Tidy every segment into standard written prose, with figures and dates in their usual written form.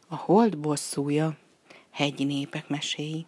A hold bosszúja, hegyi népek meséi.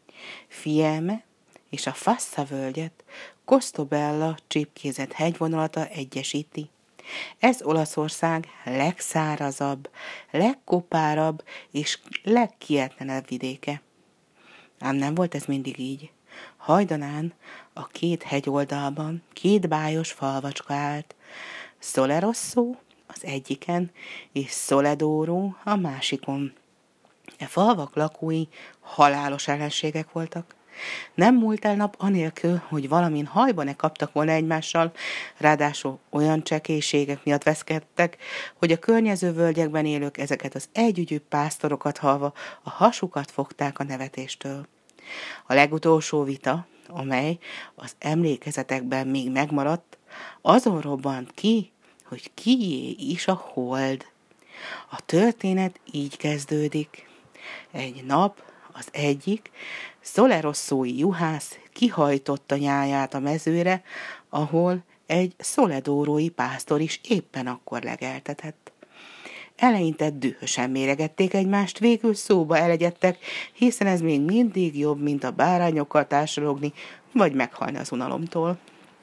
Fielme és a Fassa völgyet Costobella csipkézett hegyvonalata egyesíti. Ez Olaszország legszárazabb, legkopárabb és legkietlenebb vidéke. Ám nem volt ez mindig így. Hajdanán a két hegyoldalban két bájos falvacska állt. Solerosso az egyiken, és Soledoro a másikon. E falvak lakói halálos ellenségek voltak. Nem múlt el nap anélkül, hogy valamin hajba ne kaptak volna egymással, ráadásul olyan csekélységek miatt veszkedtek, hogy a környező völgyekben élők ezeket az együgyű pásztorokat hallva a hasukat fogták a nevetéstől. A legutolsó vita, amely az emlékezetekben még megmaradt, azon robbant ki, hogy kié is a hold. A történet így kezdődik. Egy nap az egyik Solerossói juhász kihajtotta nyáját a mezőre, ahol egy szoledórói pásztor is éppen akkor legeltetett. Eleinte dühösen méregették egymást, végül szóba elegyedtek, hiszen ez még mindig jobb, mint a bárányokkal társalogni, vagy meghalni az unalomtól.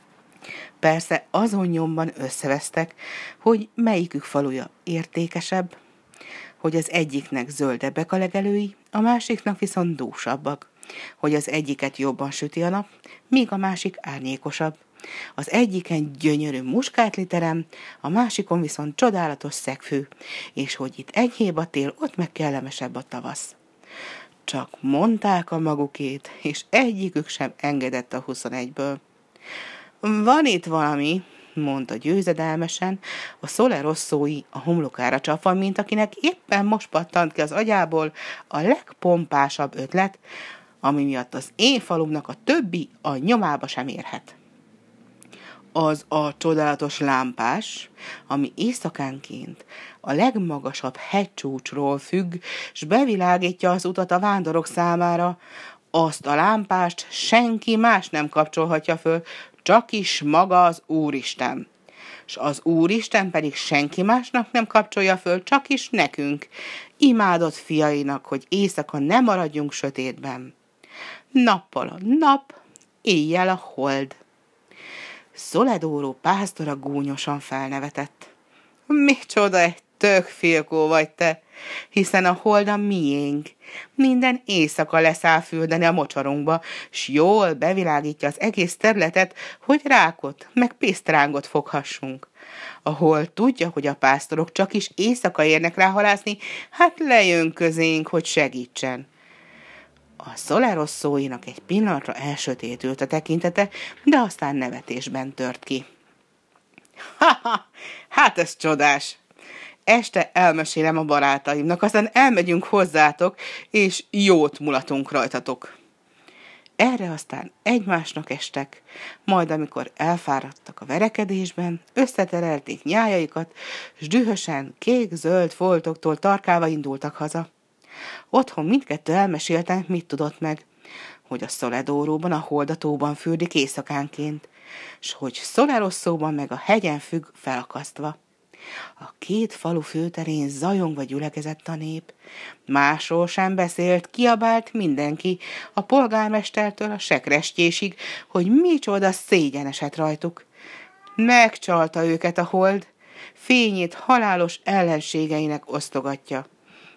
Persze azon nyomban összevesztek, hogy melyikük faluja értékesebb, hogy az egyiknek zöldebbek a legelői, a másiknak viszont dúsabbak, hogy az egyiket jobban süti a nap, míg a másik árnyékosabb. Az egyiken gyönyörű muskátli-terem, a másikon viszont csodálatos szegfű, és hogy itt enyhébb a tél, ott meg kellemesebb a tavasz. Csak mondták a magukét, és egyikük sem engedett a 21-ből. Van itt valami, mondta győzedelmesen, a Solerossói a homlokára csapva, mint akinek éppen most pattant ki az agyából a legpompásabb ötlet, ami miatt az én falumnak a többi a nyomába sem érhet. Az a csodálatos lámpás, ami éjszakánként a legmagasabb hegycsúcsról függ, s bevilágítja az utat a vándorok számára, azt a lámpást senki más nem kapcsolhatja föl, csak is maga az Úristen. S az Úristen pedig senki másnak nem kapcsolja föl, csak is nekünk, imádott fiainak, hogy éjszaka ne maradjunk sötétben. Nappal a nap, éjjel a hold. Soledoro pásztora gúnyosan felnevetett. Micsoda egy tök filkó vagy te, hiszen a hold a miénk. Minden éjszaka leszáll fürdeni a mocsarunkba, s jól bevilágítja az egész területet, hogy rákot, meg pisztrángot foghassunk. A hold tudja, hogy a pásztorok csak is éjszaka érnek rá halászni, hát lejön közénk, hogy segítsen. A Solerossóinak egy pillanatra elsötétült a tekintete, de aztán nevetésben tört ki. Ha-ha, hát ez csodás! Este elmesélem a barátaimnak, aztán elmegyünk hozzátok, és jót mulatunk rajtatok. Erre aztán egymásnak estek, majd amikor elfáradtak a verekedésben, összeterelték nyájaikat, s dühösen kék-zöld foltoktól tarkálva indultak haza. Otthon mindkettő elmesélte, mit tudott meg, hogy a Soledóróban a holdatóban fürdik éjszakánként, s hogy Solerossóban meg a hegyen függ felakasztva. A két falu főterén zajongva gyülekezett a nép. Másról sem beszélt, kiabált mindenki, a polgármestertől a sekrestjésig, hogy micsoda szégyen esett rajtuk. Megcsalta őket a hold, fényét halálos ellenségeinek osztogatja.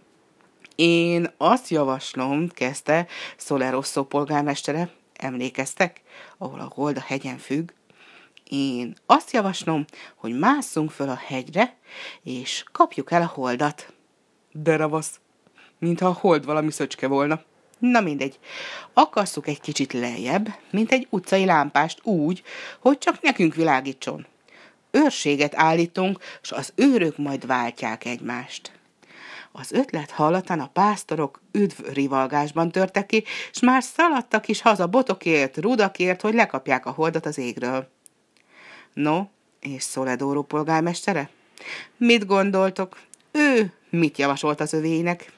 Én azt javaslom, kezdte Solerosso polgármestere, emlékeztek, ahol a hold a hegyen függ. Én azt javaslom, hogy másszunk föl a hegyre, és kapjuk el a holdat. De ravasz, mintha a hold valami szöcske volna. Na mindegy, akasszuk egy kicsit lejjebb, mint egy utcai lámpást úgy, hogy csak nekünk világítson. Őrséget állítunk, s az őrök majd váltják egymást. Az ötlet hallatán a pásztorok üdvrivalgásban törtek ki, s már szaladtak is haza botokért, rudakért, hogy lekapják a holdat az égről. No, és Soledoro polgármestere? Mit gondoltok? Ő mit javasolt az övéinek?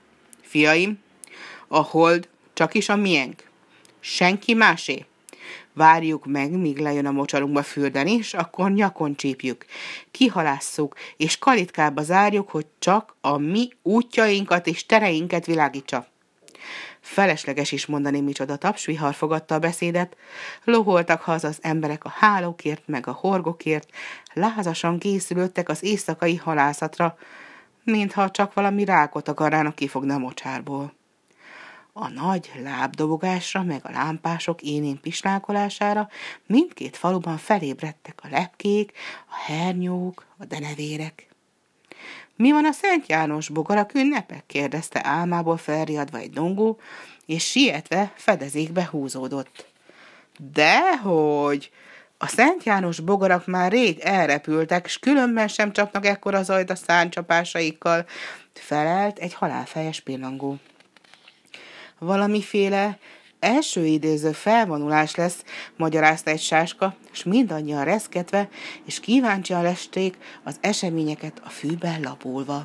Fiaim, a hold csak is a miénk. Senki másé. Várjuk meg, míg lejön a mocsarunkba fürdeni, és akkor nyakon csípjük, kihalásszuk, és kalitkába zárjuk, hogy csak a mi útjainkat és tereinket világítsa. Felesleges is mondani, micsoda tapsvihar fogadta a beszédet. Loholtak haza az emberek a hálókért, meg a horgokért, lázasan készülődtek az éjszakai halászatra, mintha csak valami rákot akarnának kifogni a mocsárból. A nagy lábdobogásra, meg a lámpások énén pislákolására mindkét faluban felébredtek a lepkék, a hernyók, a denevérek. Mi van a Szent János bogarak ünnepe? Kérdezte álmából felriadva egy dongó, és sietve fedezékbe húzódott. Dehogy! A Szent János bogarak már rég elrepültek, s különben sem csapnak ekkora zajt a szárnycsapásaikkal, felelt egy halálfejes pillangó. Valamiféle első idéző felvonulás lesz, magyarázta egy sáska, s mindannyian reszketve és kíváncsian lesték az eseményeket a fűben lapulva.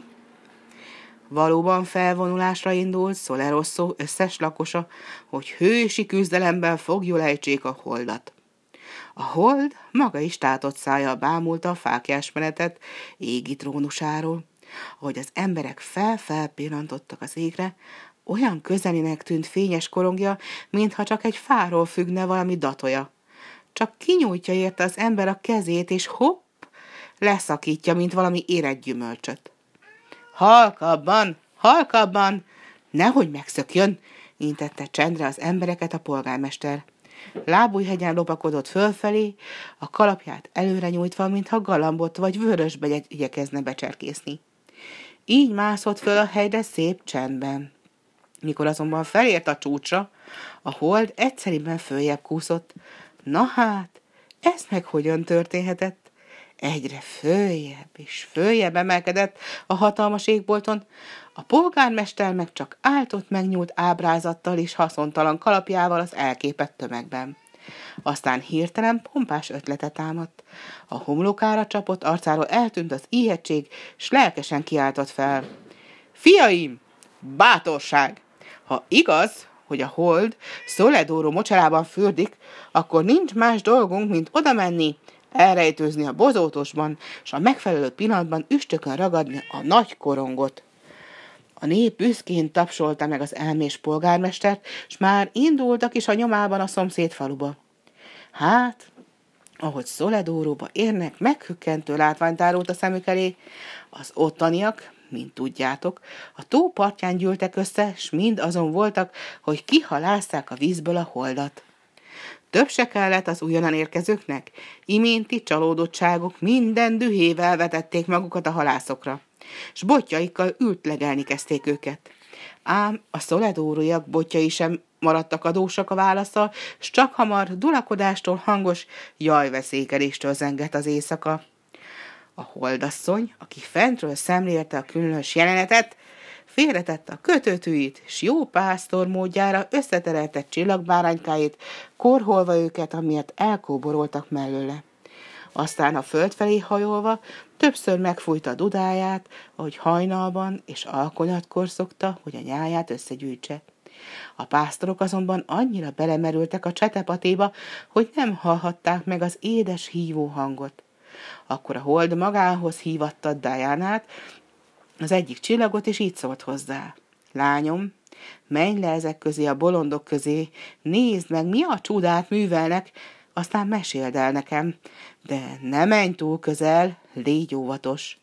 Valóban felvonulásra indult Szolerosszó összes lakosa, hogy hősi küzdelemben foglyul ejtsék a holdat. A hold maga is tátott szájjal bámulta a fáklyás menetet égi trónusáról, ahogy az emberek felpillantottak az égre, olyan közelinek tűnt fényes korongja, mintha csak egy fáról függne valami datoja. Csak kinyújtja érte az ember a kezét, és hopp, leszakítja, mint valami érett gyümölcsöt. Halkabban, halkabban, nehogy megszökjön, intette csendre az embereket a polgármester. Lábújhegyen lopakodott fölfelé, a kalapját előre nyújtva, mintha galambot vagy vörösbe igyekezne becserkészni. Így mászott föl a helyre szép csendben. Mikor azonban felért a csúcsra, a hold egyszerűen följebb kúszott. Na hát, ez meg hogyan történhetett? Egyre följebb és följebb emelkedett a hatalmas égbolton, a polgármester meg csak áltott megnyúlt ábrázattal és haszontalan kalapjával az elképett tömegben. Aztán hirtelen pompás ötlete támadt. A homlokára csapott arcáról eltűnt az ijegység, s lelkesen kiáltott fel. Fiaim, bátorság! Ha igaz, hogy a hold Szoledóró mocsarában fürdik, akkor nincs más dolgunk, mint oda menni, elrejtőzni a bozótosban, és a megfelelő pillanatban üstökön ragadni a nagy korongot. A nép büszkén tapsolta meg az elmés polgármestert, s már indultak is a nyomában a szomszéd faluba. Hát, ahogy Szoledóróba érnek, meghökkentő látvány tárult a szemük elé, az ottaniak, mint tudjátok, a tó partján gyűltek össze, s mind azon voltak, hogy kihalásszák a vízből a holdat. Több se kellett az újonnan érkezőknek, iménti csalódottságok minden dühével vetették magukat a halászokra, s botjaikkal ültlegelni kezdték őket. Ám a szoledóróiak botjai sem maradtak adósak a válaszsal, s csak hamar dulakodástól hangos jajveszékeléstől zengett az éjszaka. A holdasszony, aki fentről szemlélte a különös jelenetet, félretette a kötőtűit, s jó pásztor módjára összeterelte csillagbáránykáit, korholva őket, amiért elkóboroltak mellőle. Aztán a föld felé hajolva többször megfújta a dudáját, ahogy hajnalban és alkonyatkor szokta, hogy a nyáját összegyűjtse. A pásztorok azonban annyira belemerültek a csetepatéba, hogy nem hallhatták meg az édes hívó hangot. Akkor a hold magához hívatta Dianát, az egyik csillagot, és így szólt hozzá. Lányom, menj le ezek közé a bolondok közé, nézd meg, mi a csodát művelnek, aztán meséld el nekem, de ne menj túl közel, légy óvatos.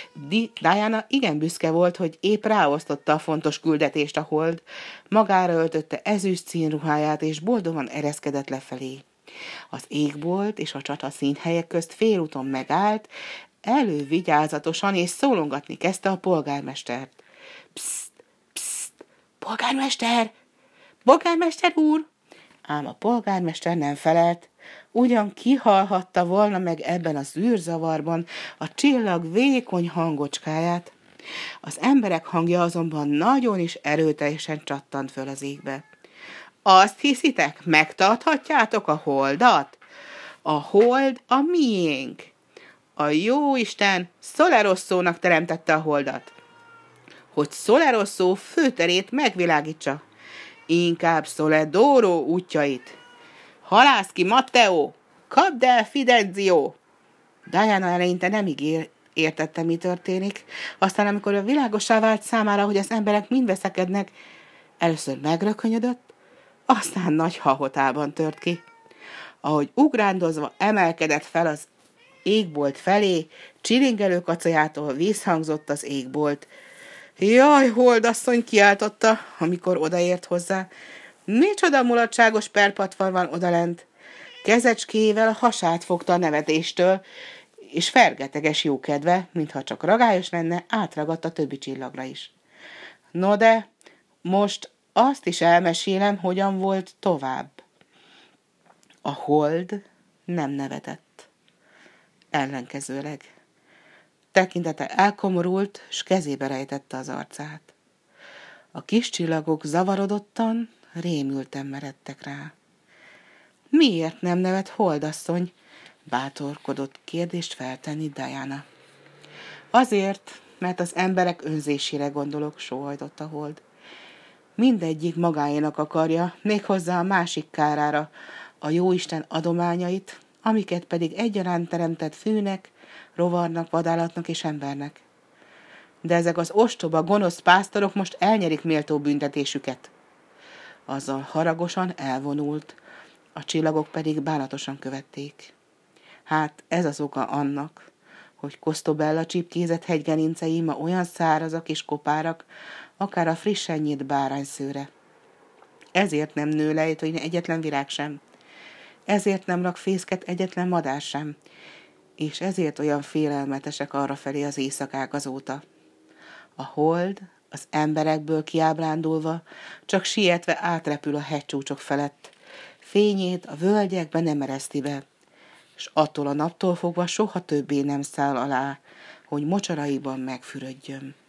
Diana igen büszke volt, hogy épp ráosztotta a fontos küldetést a hold, magára öltötte ezüst színruháját, és boldogan ereszkedett lefelé. Az égbolt és a csataszínhelyek közt félúton megállt, elővigyázatosan és szólongatni kezdte a polgármestert. Pszt, pszt, polgármester! Polgármester úr! Ám a polgármester nem felelt, ugyan kihallhatta volna meg ebben az űrzavarban a csillag vékony hangocskáját. Az emberek hangja azonban nagyon is erőteljesen csattant föl az égbe. Azt hiszitek, megtarthatjátok a holdat? A hold a miénk. A jóisten Szolerosszónak teremtette a holdat, hogy Szolerosszó főterét megvilágítsa, inkább Szoledóró útjait. Halász ki, Matteo! Kapd el, Fidencio! Diana eleinte nem értette, mi történik, aztán amikor a világossá vált számára, hogy az emberek mind veszekednek, először megrökönyödött, aztán nagy hahotában tört ki. Ahogy ugrándozva emelkedett fel az égbolt felé, csilingelő kacajától visszhangzott az égbolt. Jaj, holdasszony, kiáltotta, amikor odaért hozzá. Micsoda mulatságos perpatvar van odalent. Kezecskével a hasát fogta a nevetéstől, és fergeteges jókedve, mintha csak ragályos lenne, átragadt a többi csillagra is. No de, most azt is elmesélem, hogyan volt tovább. A hold nem nevetett. Ellenkezőleg. Tekintete elkomorult, s kezébe rejtette az arcát. A kis csillagok zavarodottan, rémülten meredtek rá. Miért nem nevet holdasszony? Bátorkodott kérdést feltenni Diana. Azért, mert az emberek önzésére gondolok, sóhajtott a hold. Mindegyik magáénak akarja, méghozzá a másik kárára, a jóisten adományait, amiket pedig egyaránt teremtett fűnek, rovarnak, vadállatnak és embernek. De ezek az ostoba, gonosz pásztorok most elnyerik méltó büntetésüket. Azzal haragosan elvonult, a csillagok pedig bánatosan követték. Hát ez az oka annak, hogy Costobella csipkézett hegygerincei ma olyan szárazak és kopárak, akár a frissen nyírt bárányszőre. Ezért nem nő lejtőin egyetlen virág sem. Ezért nem rak fészket egyetlen madár sem. És ezért olyan félelmetesek arrafelé az éjszakák azóta. A hold az emberekből kiábrándulva csak sietve átrepül a hegycsúcsok felett. Fényét a völgyekbe nem ereszti be, s attól a naptól fogva soha többé nem száll alá, hogy mocsaraiban megfürödjön.